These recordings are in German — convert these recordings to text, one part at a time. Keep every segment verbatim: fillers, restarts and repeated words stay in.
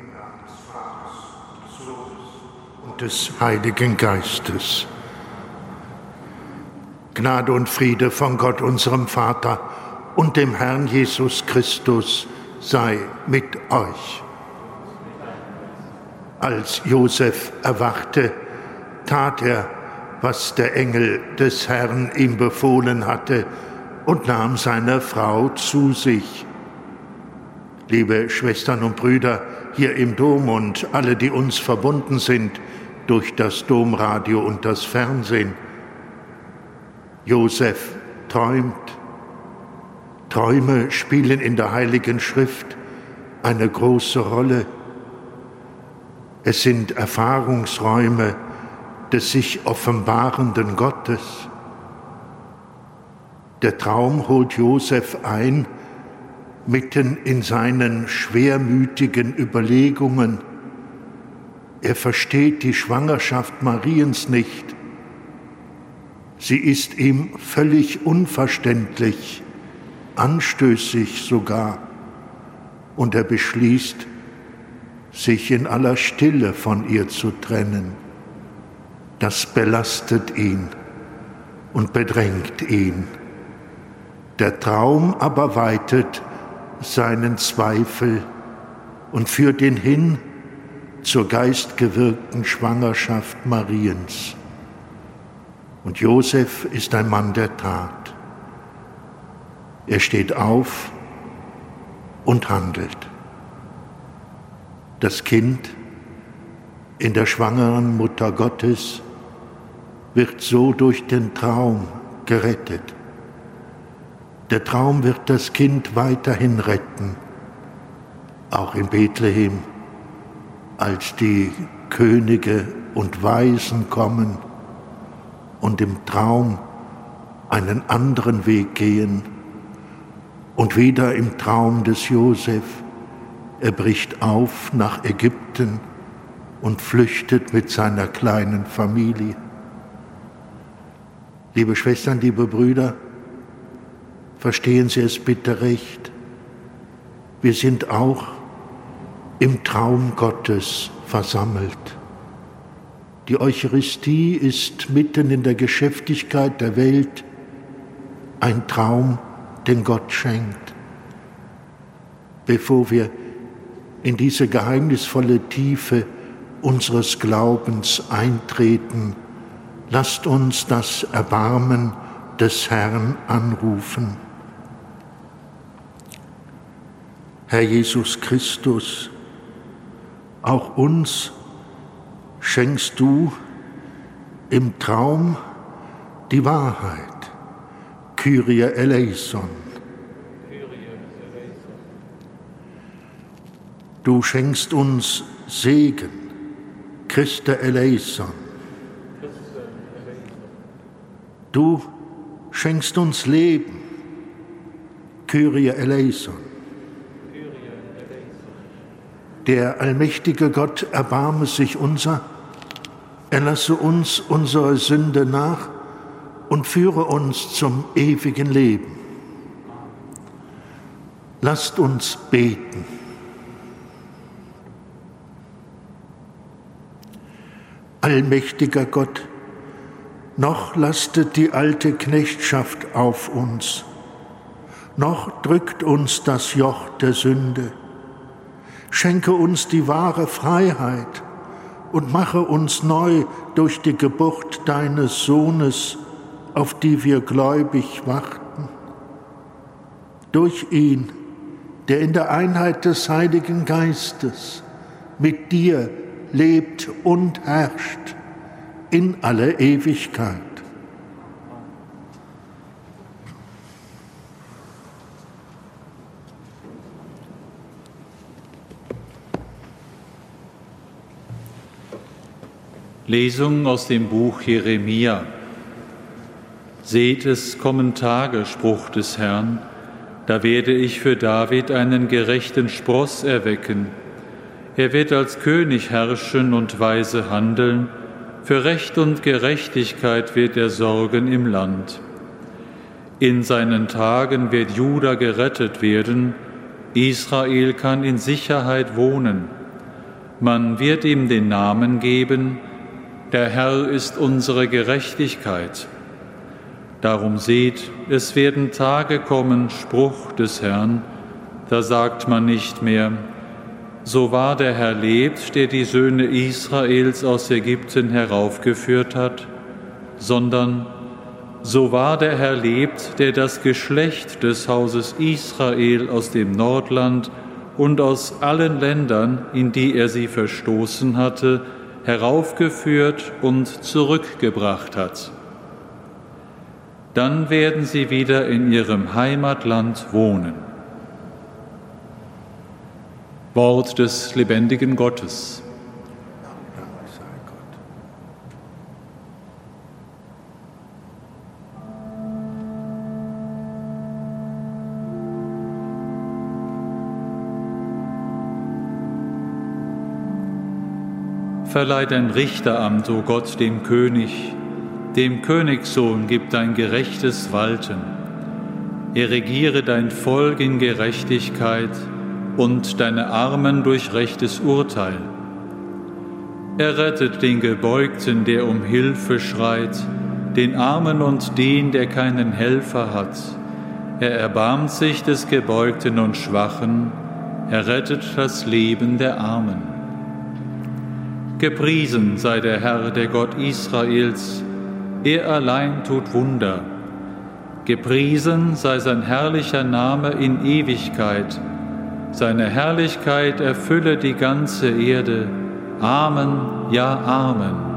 Des Heiligen Geistes. Gnade und Friede von Gott, unserem Vater, und dem Herrn Jesus Christus sei mit euch. Als Josef erwachte, tat er, was der Engel des Herrn ihm befohlen hatte, und nahm seine Frau zu sich. Liebe Schwestern und Brüder hier im Dom und alle, die uns verbunden sind, durch das Domradio und das Fernsehen. Josef träumt. Träume spielen in der Heiligen Schrift eine große Rolle. Es sind Erfahrungsräume des sich offenbarenden Gottes. Der Traum holt Josef ein, mitten in seinen schwermütigen Überlegungen. Er versteht die Schwangerschaft Mariens nicht. Sie ist ihm völlig unverständlich, anstößig sogar. Und er beschließt, sich in aller Stille von ihr zu trennen. Das belastet ihn und bedrängt ihn. Der Traum aber weitet seinen Zweifel und führt ihn hin zur geistgewirkten Schwangerschaft Mariens. Und Josef ist ein Mann der Tat. Er steht auf und handelt. Das Kind in der schwangeren Mutter Gottes wird so durch den Traum gerettet. Der Traum wird das Kind weiterhin retten, auch in Bethlehem, als die Könige und Weisen kommen und im Traum einen anderen Weg gehen und wieder im Traum des Josef. Er bricht auf nach Ägypten und flüchtet mit seiner kleinen Familie. Liebe Schwestern, liebe Brüder, verstehen Sie es bitte recht. Wir sind auch im Traum Gottes versammelt. Die Eucharistie ist mitten in der Geschäftigkeit der Welt ein Traum, den Gott schenkt. Bevor wir in diese geheimnisvolle Tiefe unseres Glaubens eintreten, lasst uns das Erbarmen des Herrn anrufen. Herr Jesus Christus, auch uns schenkst du im Traum die Wahrheit. Kyrie eleison. Du schenkst uns Segen. Christe eleison. Du schenkst uns Leben. Kyrie eleison. Der allmächtige Gott erbarme sich unser, er lasse uns unsere Sünde nach und führe uns zum ewigen Leben. Lasst uns beten. Allmächtiger Gott, noch lastet die alte Knechtschaft auf uns, noch drückt uns das Joch der Sünde. Schenke uns die wahre Freiheit und mache uns neu durch die Geburt deines Sohnes, auf die wir gläubig warten. Durch ihn, der in der Einheit des Heiligen Geistes mit dir lebt und herrscht in alle Ewigkeit. Lesung aus dem Buch Jeremia. Seht, es kommen Tage, Spruch des Herrn, da werde ich für David einen gerechten Spross erwecken. Er wird als König herrschen und weise handeln, für Recht und Gerechtigkeit wird er sorgen im Land. In seinen Tagen wird Juda gerettet werden, Israel kann in Sicherheit wohnen. Man wird ihm den Namen geben, der Herr ist unsere Gerechtigkeit. Darum seht, es werden Tage kommen, Spruch des Herrn, da sagt man nicht mehr, so wahr der Herr lebt, der die Söhne Israels aus Ägypten heraufgeführt hat, sondern so wahr der Herr lebt, der das Geschlecht des Hauses Israel aus dem Nordland und aus allen Ländern, in die er sie verstoßen hatte, heraufgeführt und zurückgebracht hat. Dann werden sie wieder in ihrem Heimatland wohnen. Wort des lebendigen Gottes. Verleih dein Richteramt, o Gott, dem König, dem Königssohn gib dein gerechtes Walten. Er regiere dein Volk in Gerechtigkeit und deine Armen durch rechtes Urteil. Er rettet den Gebeugten, der um Hilfe schreit, den Armen und den, der keinen Helfer hat. Er erbarmt sich des Gebeugten und Schwachen, er rettet das Leben der Armen. Gepriesen sei der Herr, der Gott Israels, er allein tut Wunder. Gepriesen sei sein herrlicher Name in Ewigkeit. Seine Herrlichkeit erfülle die ganze Erde. Amen, ja Amen.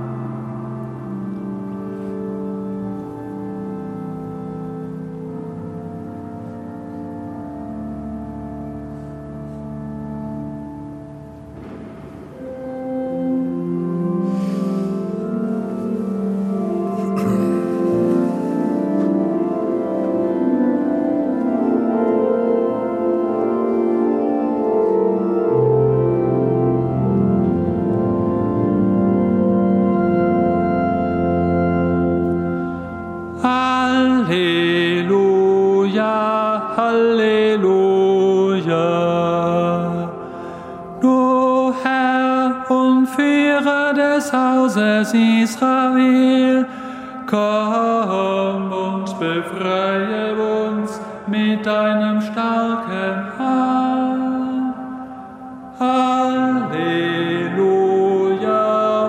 Israel, komm und befreie uns mit deinem starken Arm. Halleluja,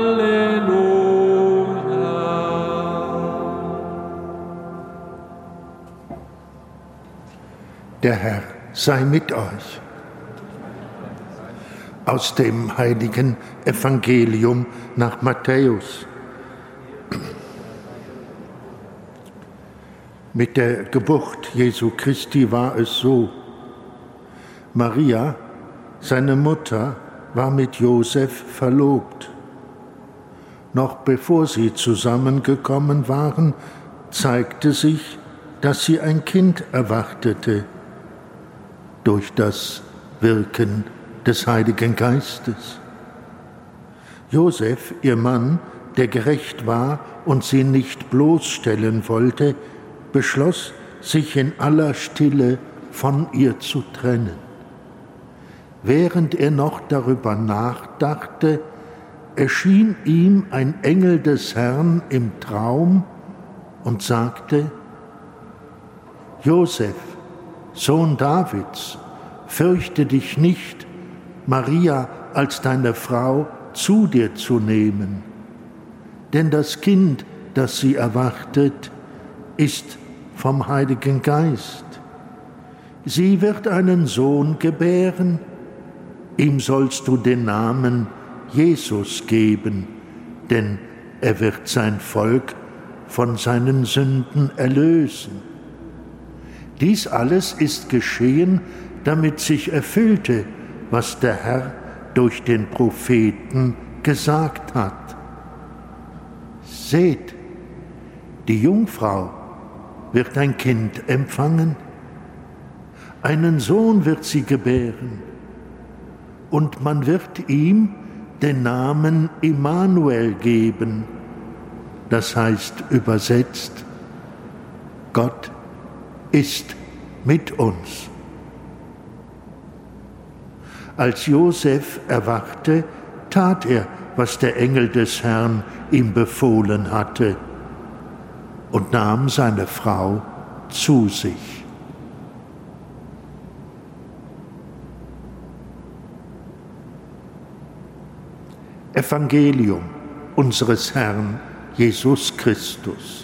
Halleluja. Der Herr sei mit euch. Aus dem heiligen Evangelium nach Matthäus. Mit der Geburt Jesu Christi war es so: Maria, seine Mutter, war mit Josef verlobt. Noch bevor sie zusammengekommen waren, zeigte sich, dass sie ein Kind erwartete, durch das Wirken des Heiligen Geistes. Josef, ihr Mann, der gerecht war und sie nicht bloßstellen wollte, beschloss, sich in aller Stille von ihr zu trennen. Während er noch darüber nachdachte, erschien ihm ein Engel des Herrn im Traum und sagte: Josef, Sohn Davids, fürchte dich nicht, Maria als deine Frau zu dir zu nehmen, denn das Kind, das sie erwartet, ist vom Heiligen Geist. Sie wird einen Sohn gebären, ihm sollst du den Namen Jesus geben, denn er wird sein Volk von seinen Sünden erlösen. Dies alles ist geschehen, damit sich erfüllte, was der Herr durch den Propheten gesagt hat. Seht, die Jungfrau wird ein Kind empfangen, einen Sohn wird sie gebären, und man wird ihm den Namen Immanuel geben, das heißt übersetzt, Gott ist mit uns. Als Josef erwachte, tat er, was der Engel des Herrn ihm befohlen hatte, und nahm seine Frau zu sich. Evangelium unseres Herrn Jesus Christus.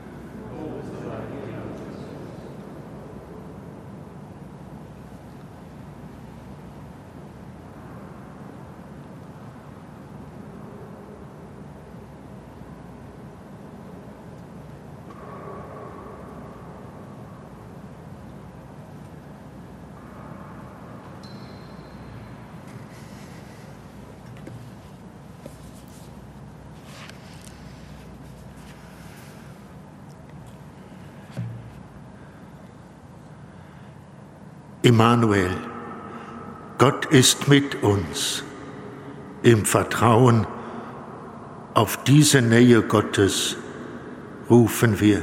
Immanuel, Gott ist mit uns. Im Vertrauen auf diese Nähe Gottes rufen wir.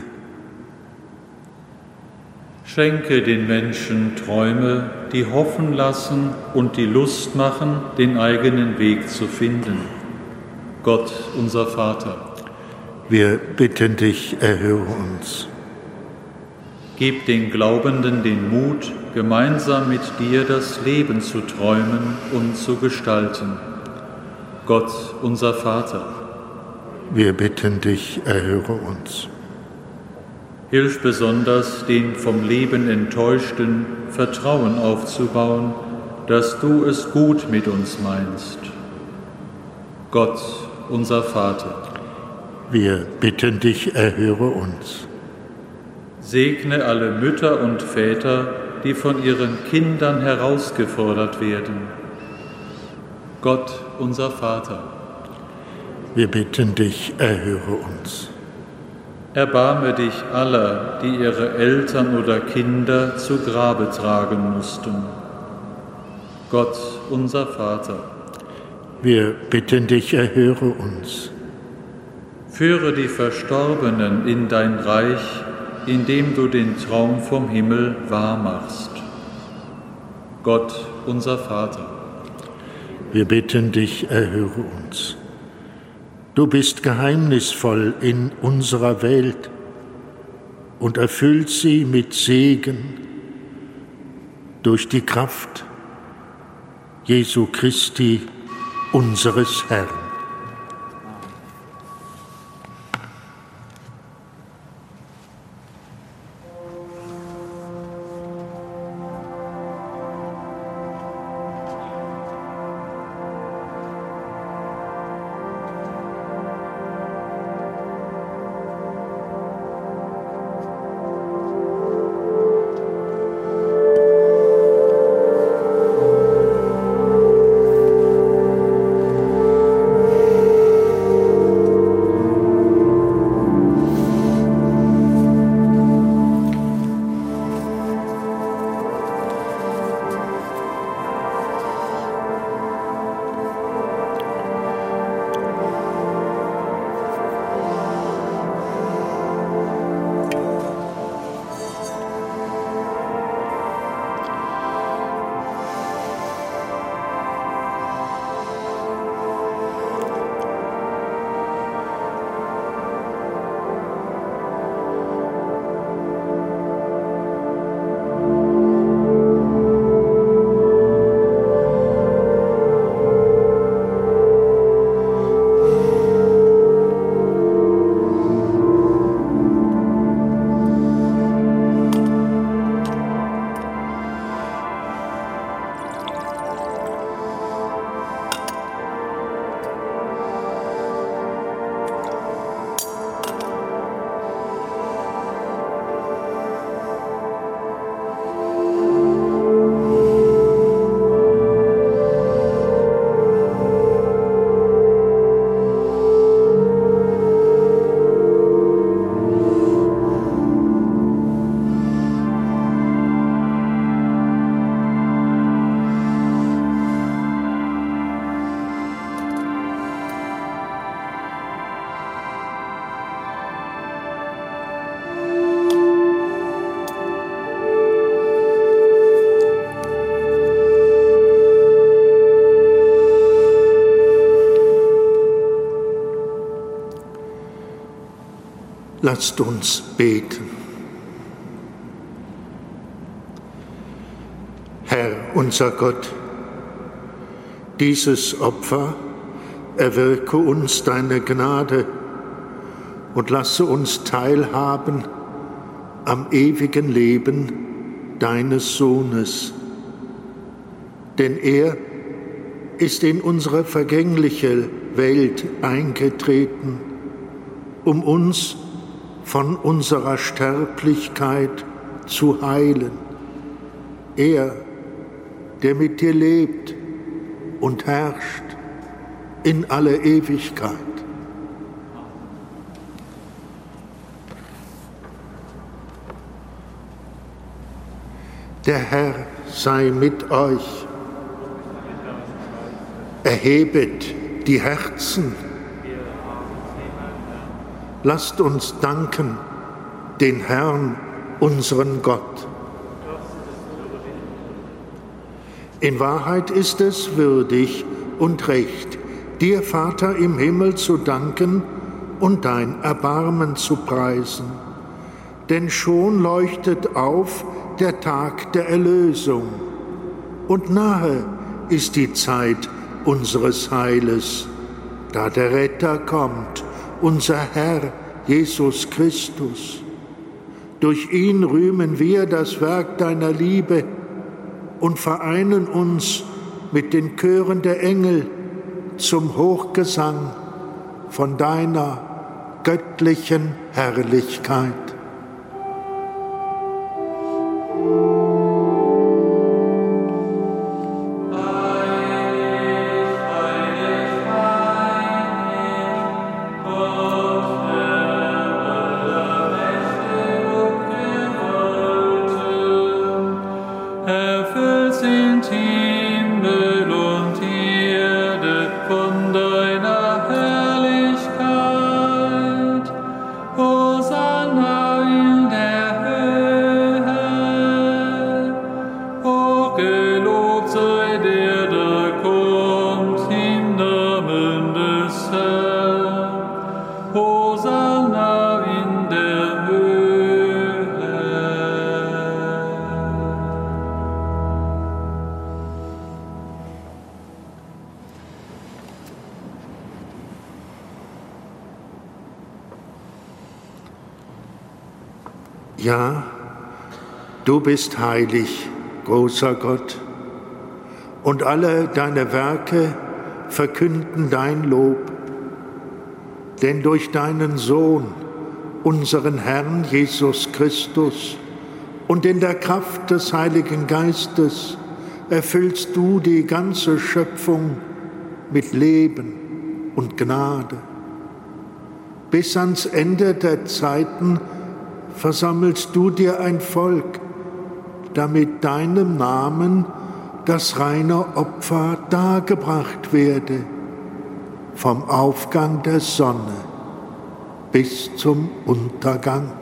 Schenke den Menschen Träume, die hoffen lassen und die Lust machen, den eigenen Weg zu finden. Gott, unser Vater. Wir bitten dich, erhöre uns. Gib den Glaubenden den Mut, gemeinsam mit dir das Leben zu träumen und zu gestalten. Gott, unser Vater. Wir bitten dich, erhöre uns. Hilf besonders den vom Leben Enttäuschten, Vertrauen aufzubauen, dass du es gut mit uns meinst. Gott, unser Vater. Wir bitten dich, erhöre uns. Segne alle Mütter und Väter, die von ihren Kindern herausgefordert werden. Gott, unser Vater. Wir bitten dich, erhöre uns. Erbarme dich aller, die ihre Eltern oder Kinder zu Grabe tragen mussten. Gott, unser Vater. Wir bitten dich, erhöre uns. Führe die Verstorbenen in dein Reich, indem du den Traum vom Himmel wahrmachst. Gott, unser Vater. Wir bitten dich, erhöre uns. Du bist geheimnisvoll in unserer Welt und erfüllst sie mit Segen durch die Kraft Jesu Christi, unseres Herrn. Lasst uns beten. Herr, unser Gott, dieses Opfer erwirke uns deine Gnade und lasse uns teilhaben am ewigen Leben deines Sohnes. Denn er ist in unsere vergängliche Welt eingetreten, um uns von unserer Sterblichkeit zu heilen. Er, der mit dir lebt und herrscht in alle Ewigkeit. Der Herr sei mit euch. Erhebet die Herzen. Lasst uns danken den Herrn, unseren Gott. In Wahrheit ist es würdig und recht, dir, Vater im Himmel, zu danken und dein Erbarmen zu preisen. Denn schon leuchtet auf der Tag der Erlösung und nahe ist die Zeit unseres Heiles, da der Retter kommt, unser Herr Jesus Christus. Durch ihn rühmen wir das Werk deiner Liebe und vereinen uns mit den Chören der Engel zum Hochgesang von deiner göttlichen Herrlichkeit. Ja, du bist heilig, großer Gott, und alle deine Werke verkünden dein Lob. Denn durch deinen Sohn, unseren Herrn Jesus Christus, und in der Kraft des Heiligen Geistes erfüllst du die ganze Schöpfung mit Leben und Gnade. Bis ans Ende der Zeiten versammelst du dir ein Volk, damit deinem Namen das reine Opfer dargebracht werde, vom Aufgang der Sonne bis zum Untergang.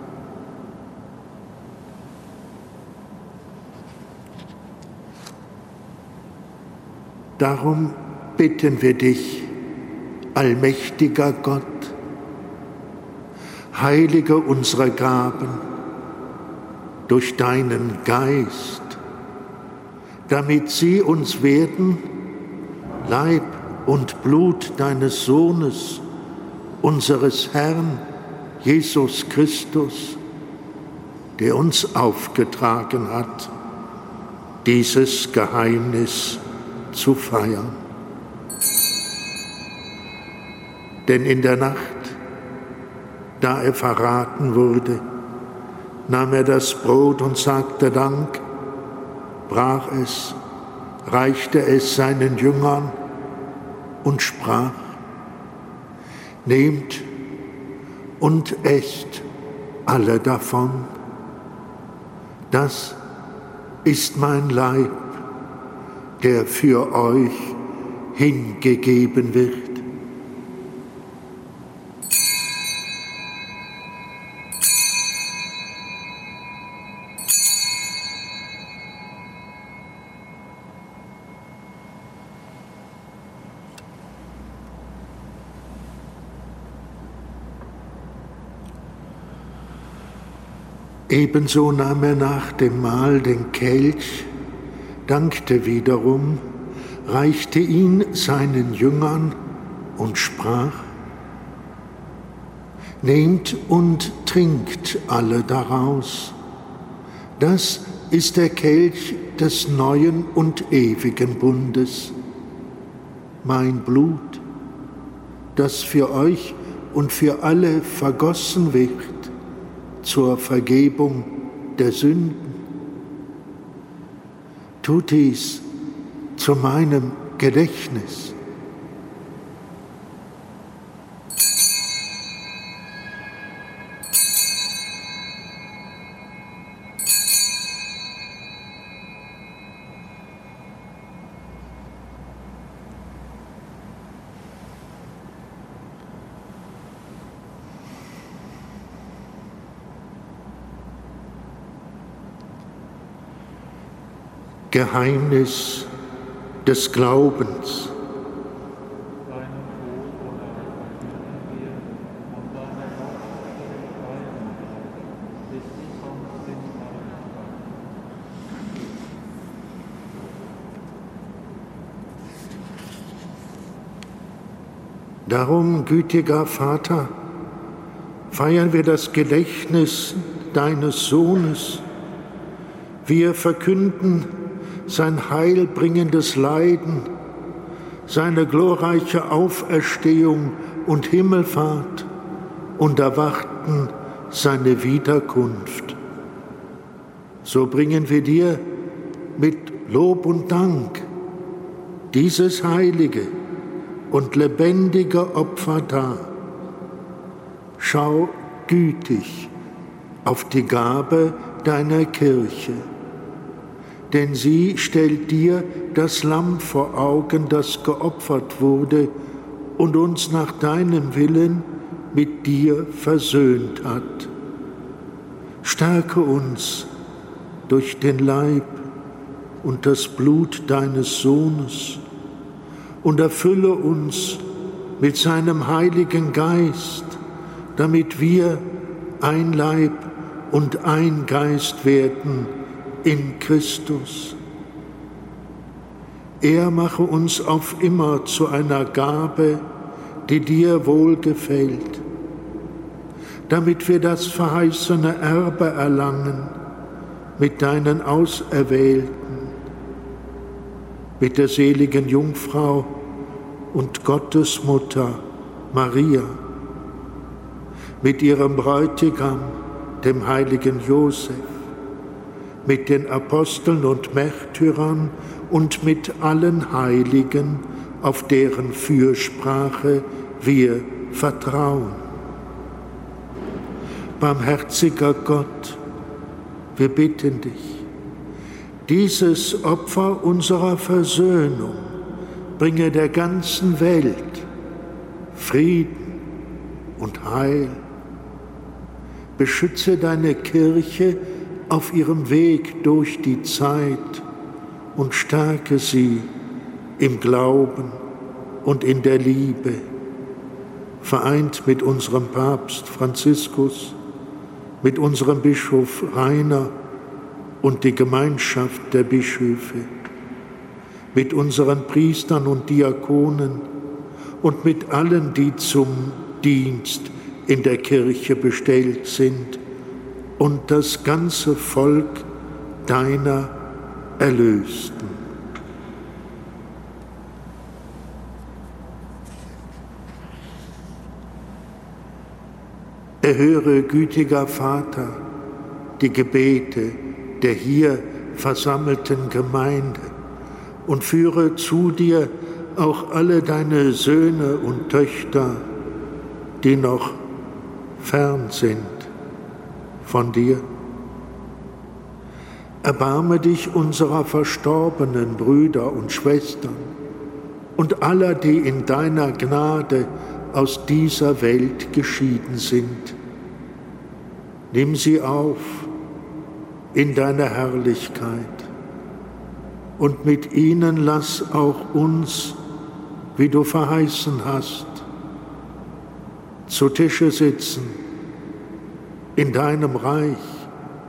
Darum bitten wir dich, allmächtiger Gott, heilige unsere Gaben durch deinen Geist, damit sie uns werden, Leib und Blut deines Sohnes, unseres Herrn Jesus Christus, der uns aufgetragen hat, dieses Geheimnis zu feiern. Denn in der Nacht, da er verraten wurde, nahm er das Brot und sagte Dank, brach es, reichte es seinen Jüngern und sprach: Nehmt und esst alle davon. Das ist mein Leib, der für euch hingegeben wird. Ebenso nahm er nach dem Mahl den Kelch, dankte wiederum, reichte ihn seinen Jüngern und sprach: Nehmt und trinkt alle daraus. Das ist der Kelch des neuen und ewigen Bundes, mein Blut, das für euch und für alle vergossen wird zur Vergebung der Sünden. Tut dies zu meinem Gedächtnis. Geheimnis des Glaubens. Darum, gütiger Vater, feiern wir das Gedächtnis deines Sohnes. Wir verkünden sein heilbringendes Leiden, seine glorreiche Auferstehung und Himmelfahrt und erwarten seine Wiederkunft. So bringen wir dir mit Lob und Dank dieses heilige und lebendige Opfer dar. Schau gütig auf die Gabe deiner Kirche, denn sie stellt dir das Lamm vor Augen, das geopfert wurde und uns nach deinem Willen mit dir versöhnt hat. Stärke uns durch den Leib und das Blut deines Sohnes und erfülle uns mit seinem Heiligen Geist, damit wir ein Leib und ein Geist werden in Christus. Er mache uns auf immer zu einer Gabe, die dir wohlgefällt, damit wir das verheißene Erbe erlangen mit deinen Auserwählten, mit der seligen Jungfrau und Gottesmutter Maria, mit ihrem Bräutigam, dem heiligen Josef, mit den Aposteln und Märtyrern und mit allen Heiligen, auf deren Fürsprache wir vertrauen. Barmherziger Gott, wir bitten dich, dieses Opfer unserer Versöhnung bringe der ganzen Welt Frieden und Heil. Beschütze deine Kirche auf ihrem Weg durch die Zeit und stärke sie im Glauben und in der Liebe, vereint mit unserem Papst Franziskus, mit unserem Bischof Rainer und die Gemeinschaft der Bischöfe, mit unseren Priestern und Diakonen und mit allen, die zum Dienst in der Kirche bestellt sind, und das ganze Volk deiner Erlösten. Erhöre, gütiger Vater, die Gebete der hier versammelten Gemeinde und führe zu dir auch alle deine Söhne und Töchter, die noch fern sind von dir. Erbarme dich unserer verstorbenen Brüder und Schwestern und aller, die in deiner Gnade aus dieser Welt geschieden sind. Nimm sie auf in deiner Herrlichkeit und mit ihnen lass auch uns, wie du verheißen hast, zu Tische sitzen in deinem Reich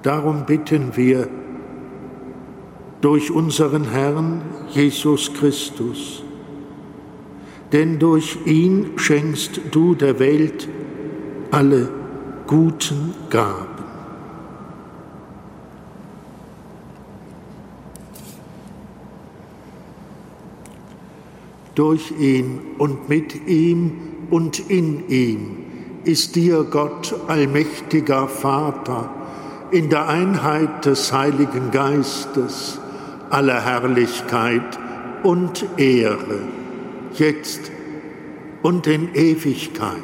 Darum bitten wir durch unseren Herrn Jesus Christus, denn durch ihn schenkst du der Welt alle guten Gaben. Durch ihn und mit ihm und in ihm ist dir, Gott, allmächtiger Vater, in der Einheit des Heiligen Geistes, aller Herrlichkeit und Ehre, jetzt und in Ewigkeit.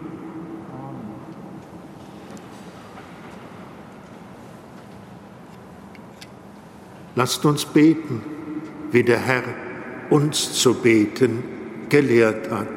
Lasst uns beten, wie der Herr uns zu beten gelehrt hat.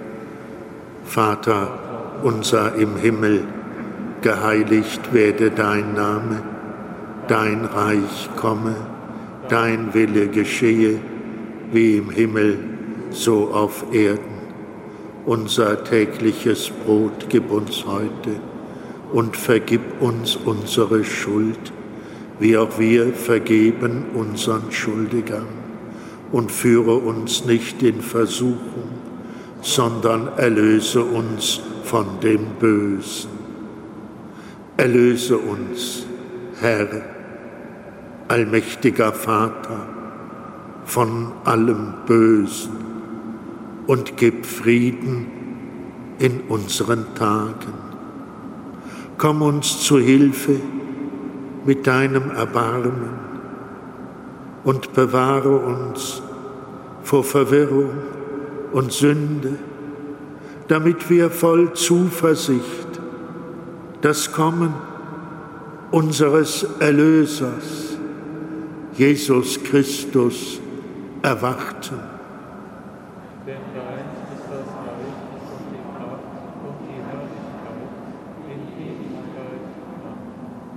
Vater unser im Himmel, geheiligt werde dein Name, dein Reich komme, dein Wille geschehe, wie im Himmel, so auf Erden. Unser tägliches Brot gib uns heute und vergib uns unsere Schuld, wie auch wir vergeben unseren Schuldigern. Und führe uns nicht in Versuchung, sondern erlöse uns von dem Bösen. Erlöse uns, Herr, allmächtiger Vater, von allem Bösen und gib Frieden in unseren Tagen. Komm uns zu Hilfe mit deinem Erbarmen und bewahre uns vor Verwirrung und Sünde, damit wir voll Zuversicht das Kommen unseres Erlösers, Jesus Christus, erwarten. Denn dein ist das Reich und die Kraft und die Herrlichkeit in Ewigkeit. Amen.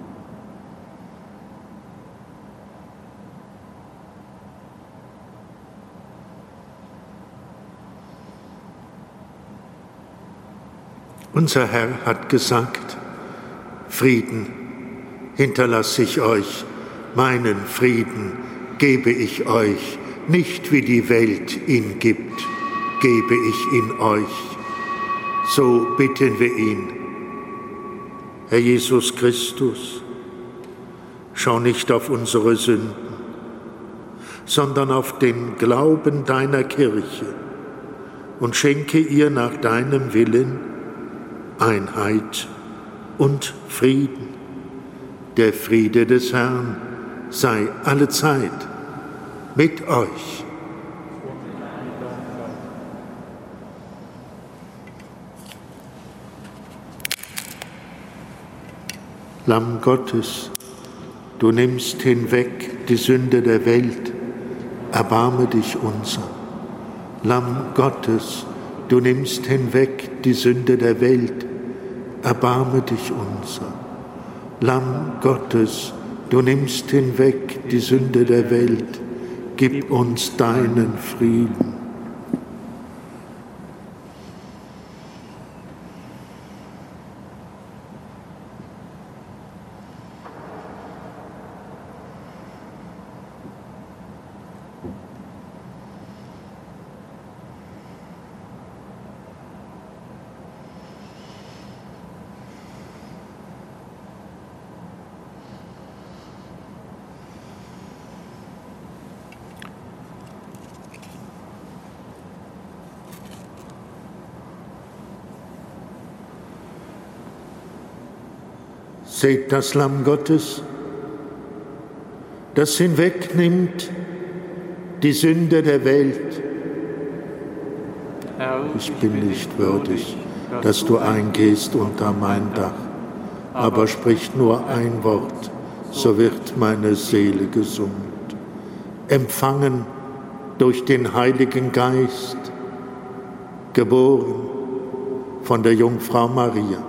Unser Herr hat gesagt, Frieden hinterlasse ich euch, meinen Frieden gebe ich euch, nicht wie die Welt ihn gibt, gebe ich ihn euch. So bitten wir ihn. Herr Jesus Christus, schau nicht auf unsere Sünden, sondern auf den Glauben deiner Kirche und schenke ihr nach deinem Willen Einheit und Frieden. Der Friede des Herrn sei allezeit mit euch. Lamm Gottes, du nimmst hinweg die Sünde der Welt, erbarme dich unser. Lamm Gottes, du nimmst hinweg die Sünde der Welt, erbarme dich unser. Lamm Gottes, du nimmst hinweg die Sünde der Welt, gib uns deinen Frieden. Seht das Lamm Gottes, das hinwegnimmt die Sünde der Welt. Ich bin nicht würdig, dass du eingehst unter mein Dach, aber sprich nur ein Wort, so wird meine Seele gesund. Empfangen durch den Heiligen Geist, geboren von der Jungfrau Maria.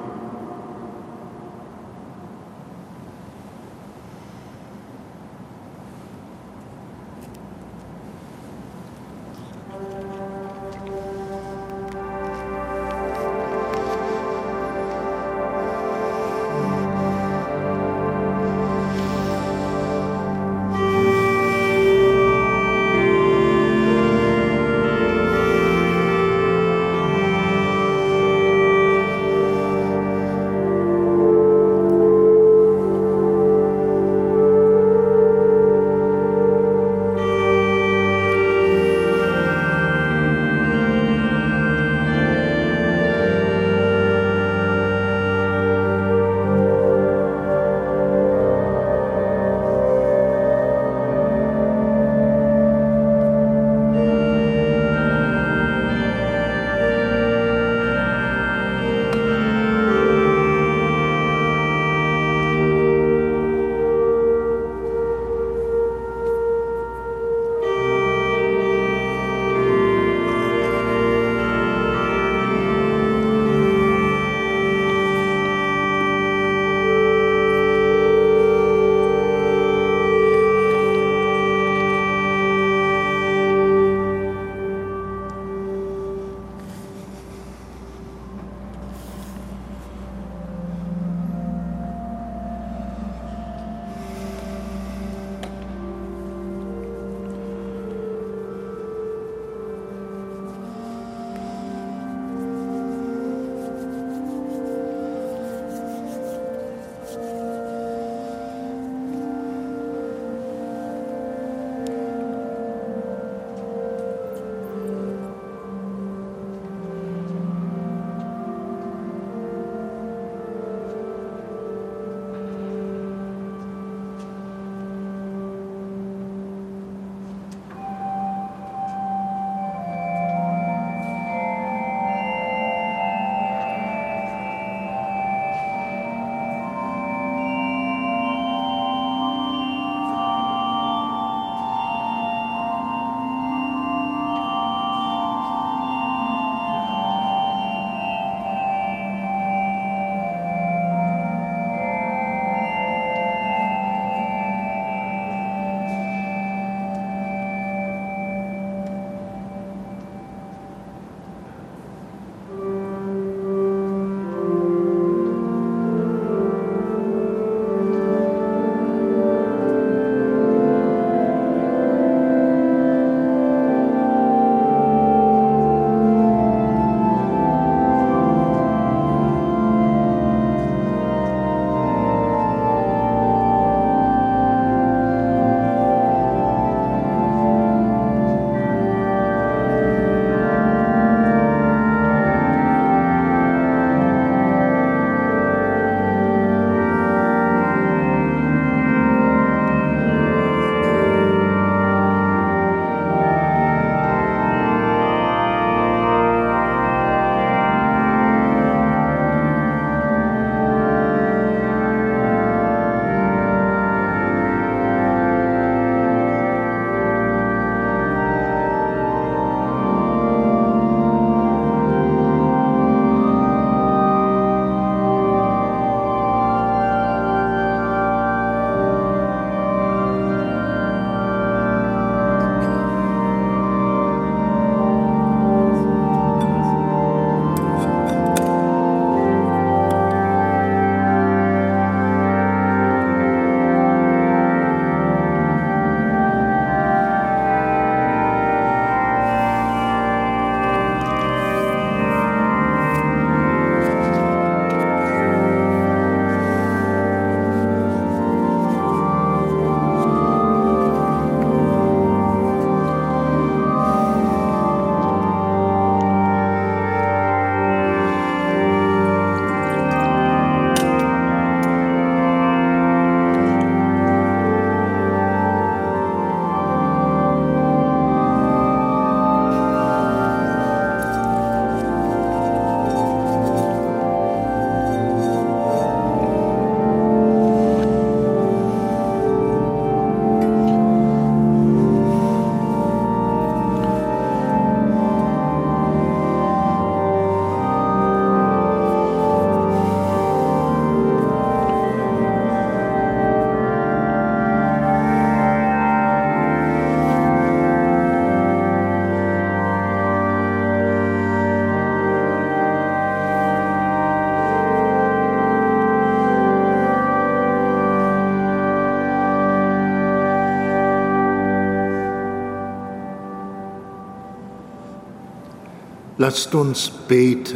Lasst uns beten.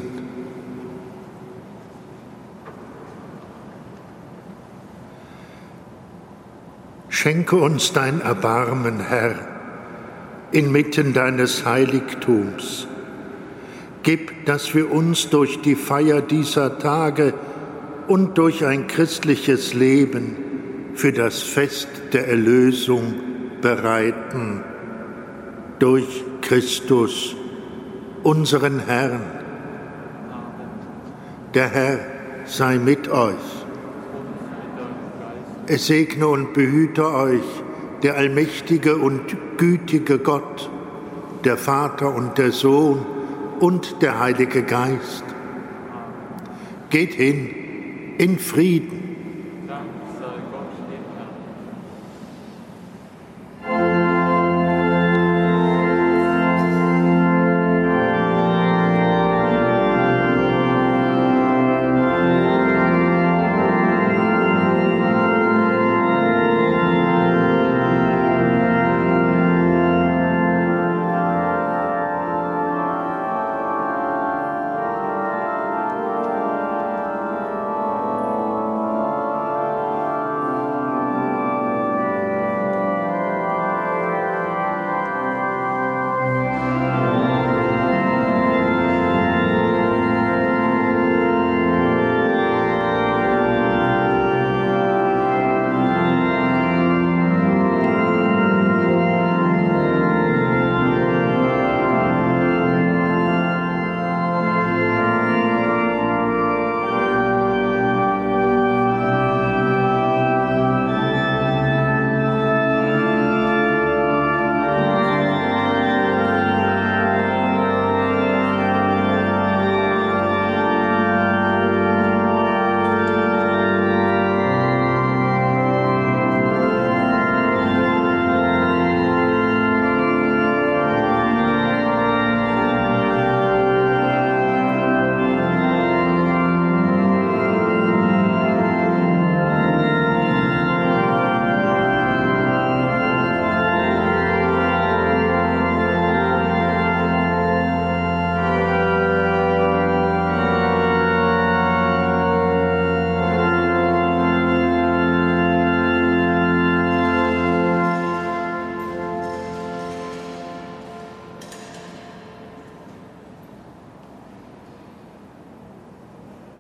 Schenke uns dein Erbarmen, Herr, inmitten deines Heiligtums. Gib, dass wir uns durch die Feier dieser Tage und durch ein christliches Leben für das Fest der Erlösung bereiten. Durch Christus, unseren Herrn. Der Herr sei mit euch. Es segne und behüte euch der allmächtige und gütige Gott, der Vater und der Sohn und der Heilige Geist. Geht hin in Frieden.